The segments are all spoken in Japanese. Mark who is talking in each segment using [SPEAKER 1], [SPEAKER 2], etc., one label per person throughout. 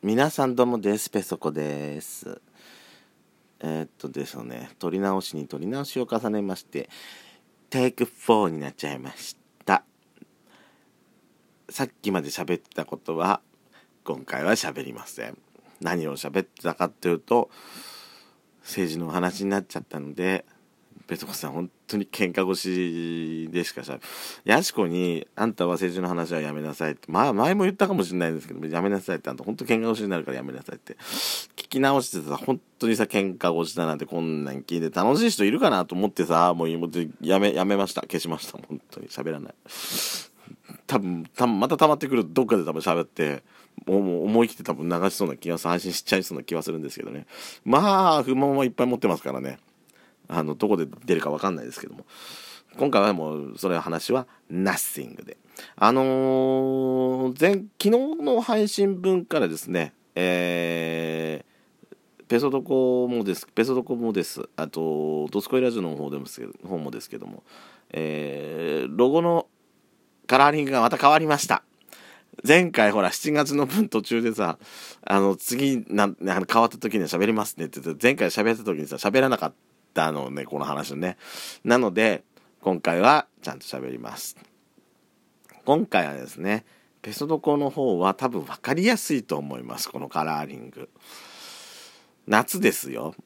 [SPEAKER 1] 皆さんどうもです。ペソコです。ですね、撮り直しに撮り直しを重ねまして、テイク4になっちゃいました。さっきまで喋ったことは、今回は喋りません。何を喋ってたかっていうと、政治の話になっちゃったので、ペソコさん本当に喧嘩腰でしかヤシコにあんたは政治の話はやめなさいって、前も言ったかもしれないんですけど、やめなさいって、あんた本当喧嘩腰になるからやめなさいって聞き直してさ、本当にさ、喧嘩腰だなんてこんなん聞いて楽しい人いるかなと思ってさ、もうやめました。消しました。本当に喋らない。多分また溜まってくるとどっかで多分喋ってもう思い切って多分流しそうな気が安心しちゃいそうな気はするんですけどね。まあ不満はいっぱい持ってますからね。どこで出るか分かんないですけども、今回はもうそれ話は Nothing で昨日の配信分からですね、ペソドコもです、あとドスコイラジオの方もですけども、ロゴのカラーリングがまた変わりました。前回ほら7月の分途中でさ、次変わった時には喋りますねって言って、前回喋った時にさ喋らなかったのね、この話ね。なので今回はちゃんと喋ります。今回はですね、ペソドコの方は多分分かりやすいと思います。このカラーリング、夏ですよ。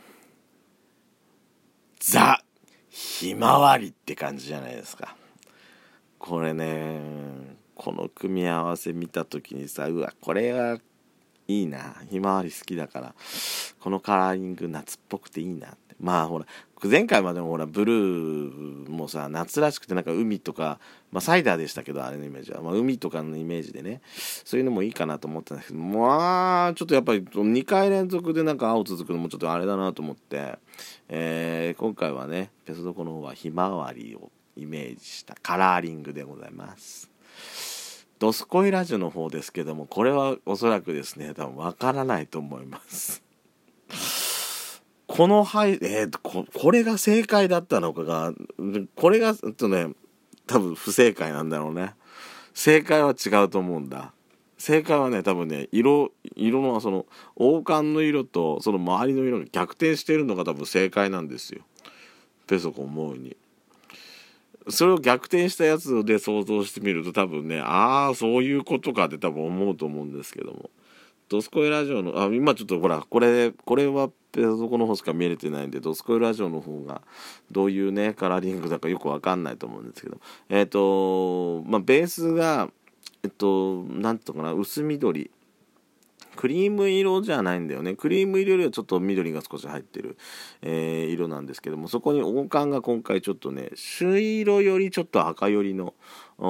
[SPEAKER 1] ザ・ひまわりって感じじゃないですか。これね、この組み合わせ見た時にさ、うわこれはいいな、ひまわり好きだからこのカラーリング夏っぽくていいなって。まあほら前回までもほらブルーもさ夏らしくて、なんか海とか、サイダーでしたけど、あれのイメージは、海とかのイメージでね、そういうのもいいかなと思ったんですけど、ちょっとやっぱり2回連続でなんか青続くのもちょっとあれだなと思って、今回はねペソドコの方はひまわりをイメージしたカラーリングでございます。ドスコイラジオの方ですけども、これはおそらくですね多分わからないと思います。このこれが正解だったのかが、これが多分不正解なんだろうね。正解は違うと思うんだ。正解はね、多分ね、色のその王冠の色とその周りの色が逆転しているのが多分正解なんですよ。ペソコ思うに。それを逆転したやつで想像してみると多分ね、そういうことかって多分思うと思うんですけども、ドスコイラジオの今ちょっとほらこれはペソコの方しか見れてないんで、ドスコイラジオの方がどういうねカラーリングだかよくわかんないと思うんですけど、ベースがなんとかな、薄緑、クリーム色じゃないんだよね。クリーム色よりはちょっと緑が少し入ってる、色なんですけども、そこに王冠が今回ちょっとね朱色よりちょっと赤寄りの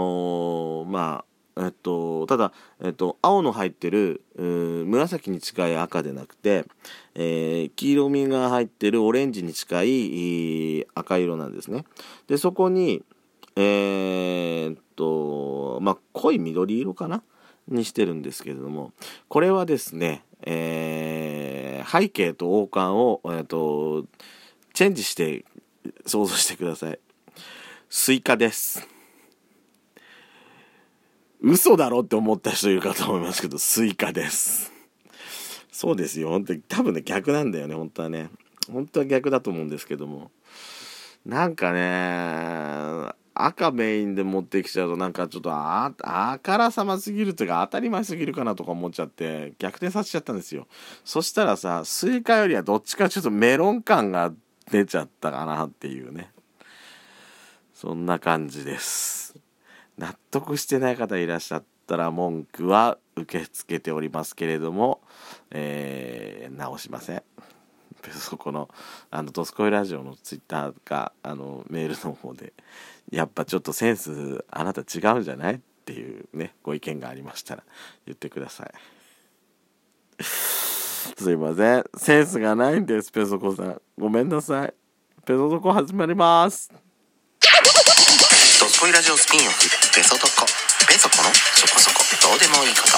[SPEAKER 1] ただ、青の入ってる紫に近い赤でなくて、黄色みが入ってるオレンジに近い赤色なんですね。でそこに濃い緑色かなにしてるんですけれども、これはですね、背景と王冠を、チェンジして想像してください。スイカです。嘘だろって思った人いるかと思いますけど、スイカです。そうですよ。本当に多分ね逆なんだよね。本当はね、本当は逆だと思うんですけども、なんかね赤メインで持ってきちゃうとなんかちょっとあからさますぎるというか当たり前すぎるかなとか思っちゃって逆転させちゃったんですよ。そしたらさ、スイカよりはどっちかちょっとメロン感が出ちゃったかなっていうね、そんな感じです。納得してない方いらっしゃったら文句は受け付けておりますけれども、直しません。そこのドスコイラジオのツイッターかメールの方でやっぱちょっとセンスあなた違うんじゃないっていうねご意見がありましたら言ってください。すいません、センスがないんです。ペソコさんごめんなさい。ペソドコ始まります。
[SPEAKER 2] ドスコイラジオスピンオフペソドコ、ペソコのそこそこどうでもいいこと。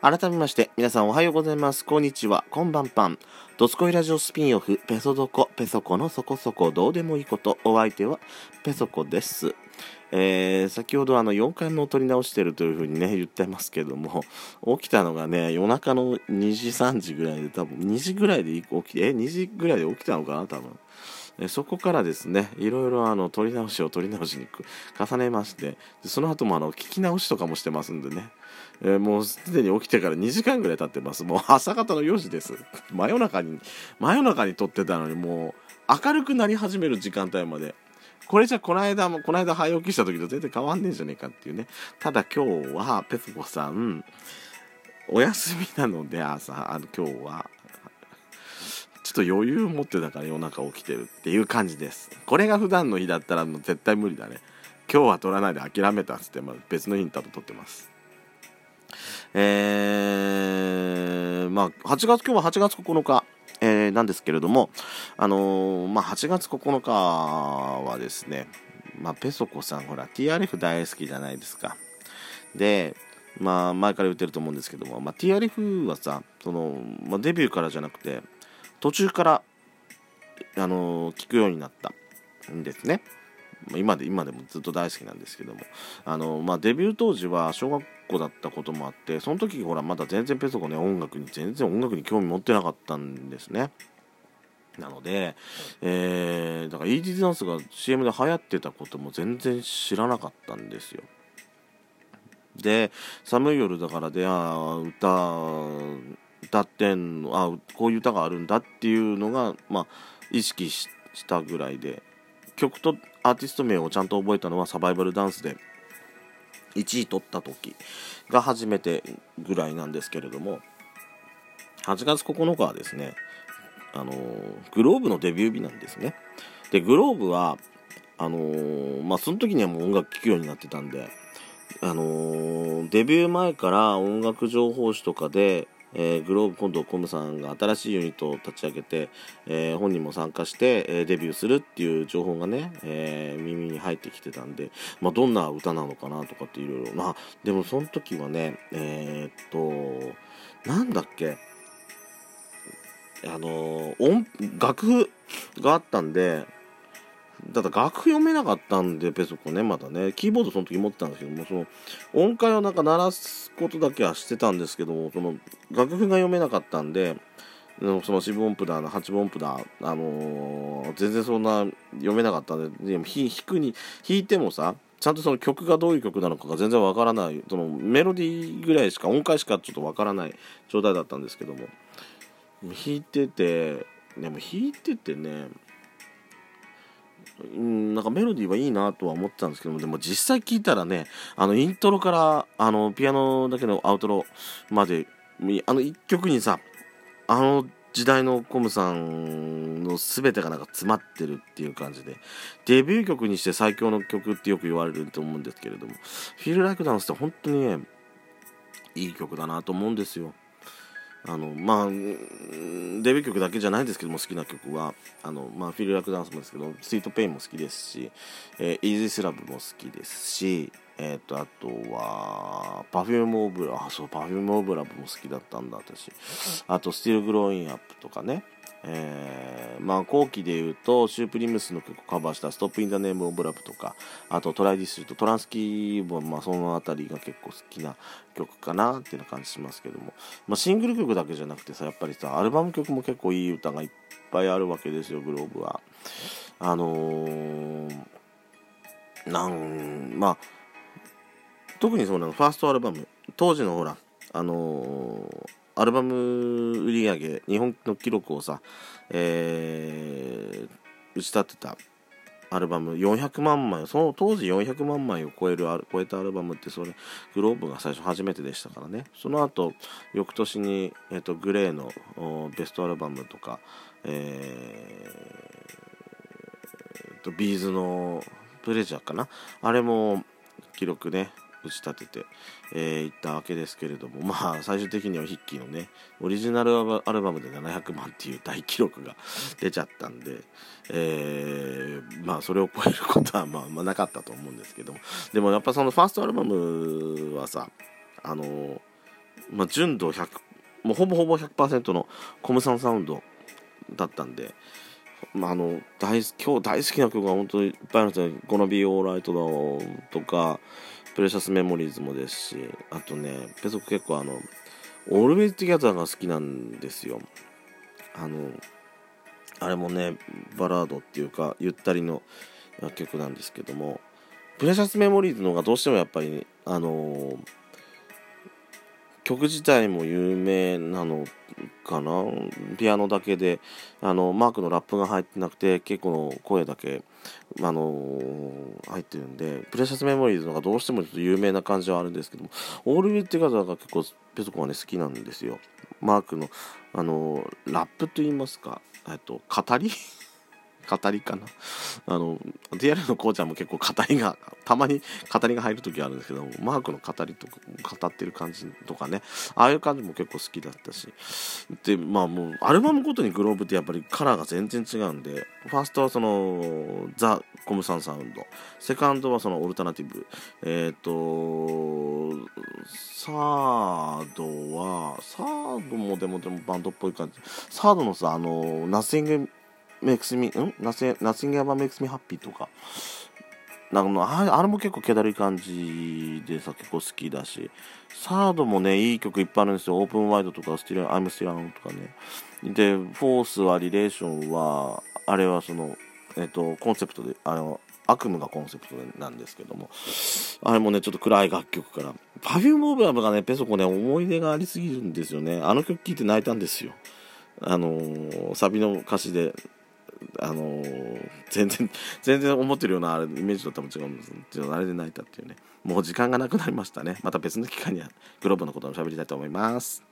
[SPEAKER 1] 改めまして皆さんおはようございます。こんにちは、こんばんぱん。ドスコイラジオスピンオフペソドコペソコのそこそこどうでもいいこと。お相手はペソコです。先ほど4回も撮り直してるというふうにね言ってますけども、起きたのがね夜中の2時3時ぐらいで、多分2時ぐらいで起きて2時ぐらいで起きたのかな多分。そこからですねいろいろ撮り直しに重ねまして、その後も聞き直しとかもしてますんでね、もうすでに起きてから2時間ぐらい経ってます。もう朝方の4時です。真夜中に撮ってたのに、もう明るくなり始める時間帯まで、これじゃこの間早起きした時と全然変わんねえじゃねえかっていうね。ただ今日はペソコさんお休みなので、今日はちょっと余裕持ってたから夜中起きてるっていう感じです。これが普段の日だったらもう絶対無理だね。今日は撮らないで諦めたっつって、別の日に多分撮ってます。今日は8月9日、なんですけれども、8月9日はですね、ペソコさんほら TRF 大好きじゃないですか。で、前から言ってると思うんですけども、TRF はさ、デビューからじゃなくて途中から聞くようになったんですね。今でもずっと大好きなんですけども、デビュー当時は小学校だったこともあって、その時ほらまだ全然ペソコね音楽に興味持ってなかったんですね。なので、だからイージーダンスが CM で流行ってたことも全然知らなかったんですよ。で、寒い夜だからで歌ってんの、こういう歌があるんだっていうのが意識したぐらいで、曲とアーティスト名をちゃんと覚えたのはサバイバルダンスで1位取った時が初めてぐらいなんですけれども、8月9日はですね、グローブのデビュー日なんですね。で、グローブはその時にはもう音楽聴くようになってたんで、デビュー前から音楽情報誌とかで、グローブ今度コムさんが新しいユニットを立ち上げて、本人も参加して、デビューするっていう情報がね、耳に入ってきてたんで、どんな歌なのかなとかっていろいろ、でもその時はねなんだっけ、楽譜があったんで、ただ楽譜読めなかったんで、ペソコね、まだねキーボードその時持ってたんですけども、その音階を鳴らすことだけはしてたんですけども、その楽譜が読めなかったんで、その四分音符だ8分音符だ、全然そんな読めなかったんで、弾いてもさ、ちゃんとその曲がどういう曲なのかが全然わからない、そのメロディーぐらいしか、音階しかちょっとわからない状態だったんですけども、弾いててね、なんかメロディーはいいなとは思ってたんですけども、でも実際聞いたらね、イントロからピアノだけのアウトロまで、一曲にさ、時代のコムさんの全てがなんか詰まってるっていう感じで、デビュー曲にして最強の曲ってよく言われると思うんですけれども、Feel Like Danceって本当にねいい曲だなと思うんですよ。デビュー曲だけじゃないですけども、好きな曲はフィール・ラクダンスもですけど、スイート・ペインも好きですし、イージー・スラブも好きですし、あとはパフューム・オブ・ラブも好きだったんだ私。あとスティル・グローイン・アップとかね、後期で言うとシュープリムスの曲をカバーしたストップ・イン・ザ・ネーム・オブ・ラブとか、あとトライ・ディスルとトランスキーもそのあたりが結構好きな曲かなっていうような感じしますけども、シングル曲だけじゃなくてさ、やっぱりさアルバム曲も結構いい歌がいっぱいあるわけですよ、グローブは。特にそうなの、ファーストアルバム、当時のほらアルバム売り上げ日本の記録をさ、打ち立てたアルバム400万枚、その当時400万枚を超えたアルバムって、それグローブが最初初めてでしたからね。その後翌年に、グレーのベストアルバムとか、ビーズのプレジャーかな、あれも記録ね打ち立てていったわけですけれども、最終的にはヒッキーのねオリジナルアルバムで700万っていう大記録が出ちゃったんで、それを超えることはなかったと思うんですけども、でもやっぱそのファーストアルバムはさ、 純度100、もうほぼほぼ 100% のコムサンサウンドだったんで、今日大好きな曲が本当にいっぱいあるんですよ。ゴナビーオーライトだとかプレシャスメモリーズもですし、あとねペソコ結構オールウェイズ・トゥギャザーが好きなんですよ。あれもねバラードっていうかゆったりの曲なんですけども、プレシャスメモリーズの方がどうしてもやっぱり曲自体も有名なのかな。ピアノだけでマークのラップが入ってなくて結構の声だけ入ってるんで、プレシャスメモリーズの方がどうしてもちょっと有名な感じはあるんですけども、オールウェイって方が結構ペソコはね好きなんですよ。マークのラップと言いますか、語り語りかな。DRL のこうちゃんも結構たまに語りが入る時あるんですけど、マークの語りとか語ってる感じとかね、ああいう感じも結構好きだったし、でもうアルバムごとにグローブってやっぱりカラーが全然違うんで、ファーストはそのザ・コムサンサウンド、セカンドはそのオルタナティブ、サードもでもバンドっぽい感じ。サードのさNothing Ever Makes Me Happy とかあれも結構気だるい感じでさ結構好きだし、サードもねいい曲いっぱいあるんですよ。オープンワイドとかI'm Still Alone とかね。でフォースはリレーションはあれはそのコンセプトで悪夢がコンセプトなんですけども、あれもねちょっと暗い楽曲から、Perfume of Loveがねペソコね思い出がありすぎるんですよね。あの曲聴いて泣いたんですよ。サビの歌詞で全然思ってるようなイメージと多分違うんですけど、あれで泣いたっていうね。もう時間がなくなりましたね。また別の機会にはグローブのことを喋りたいと思います。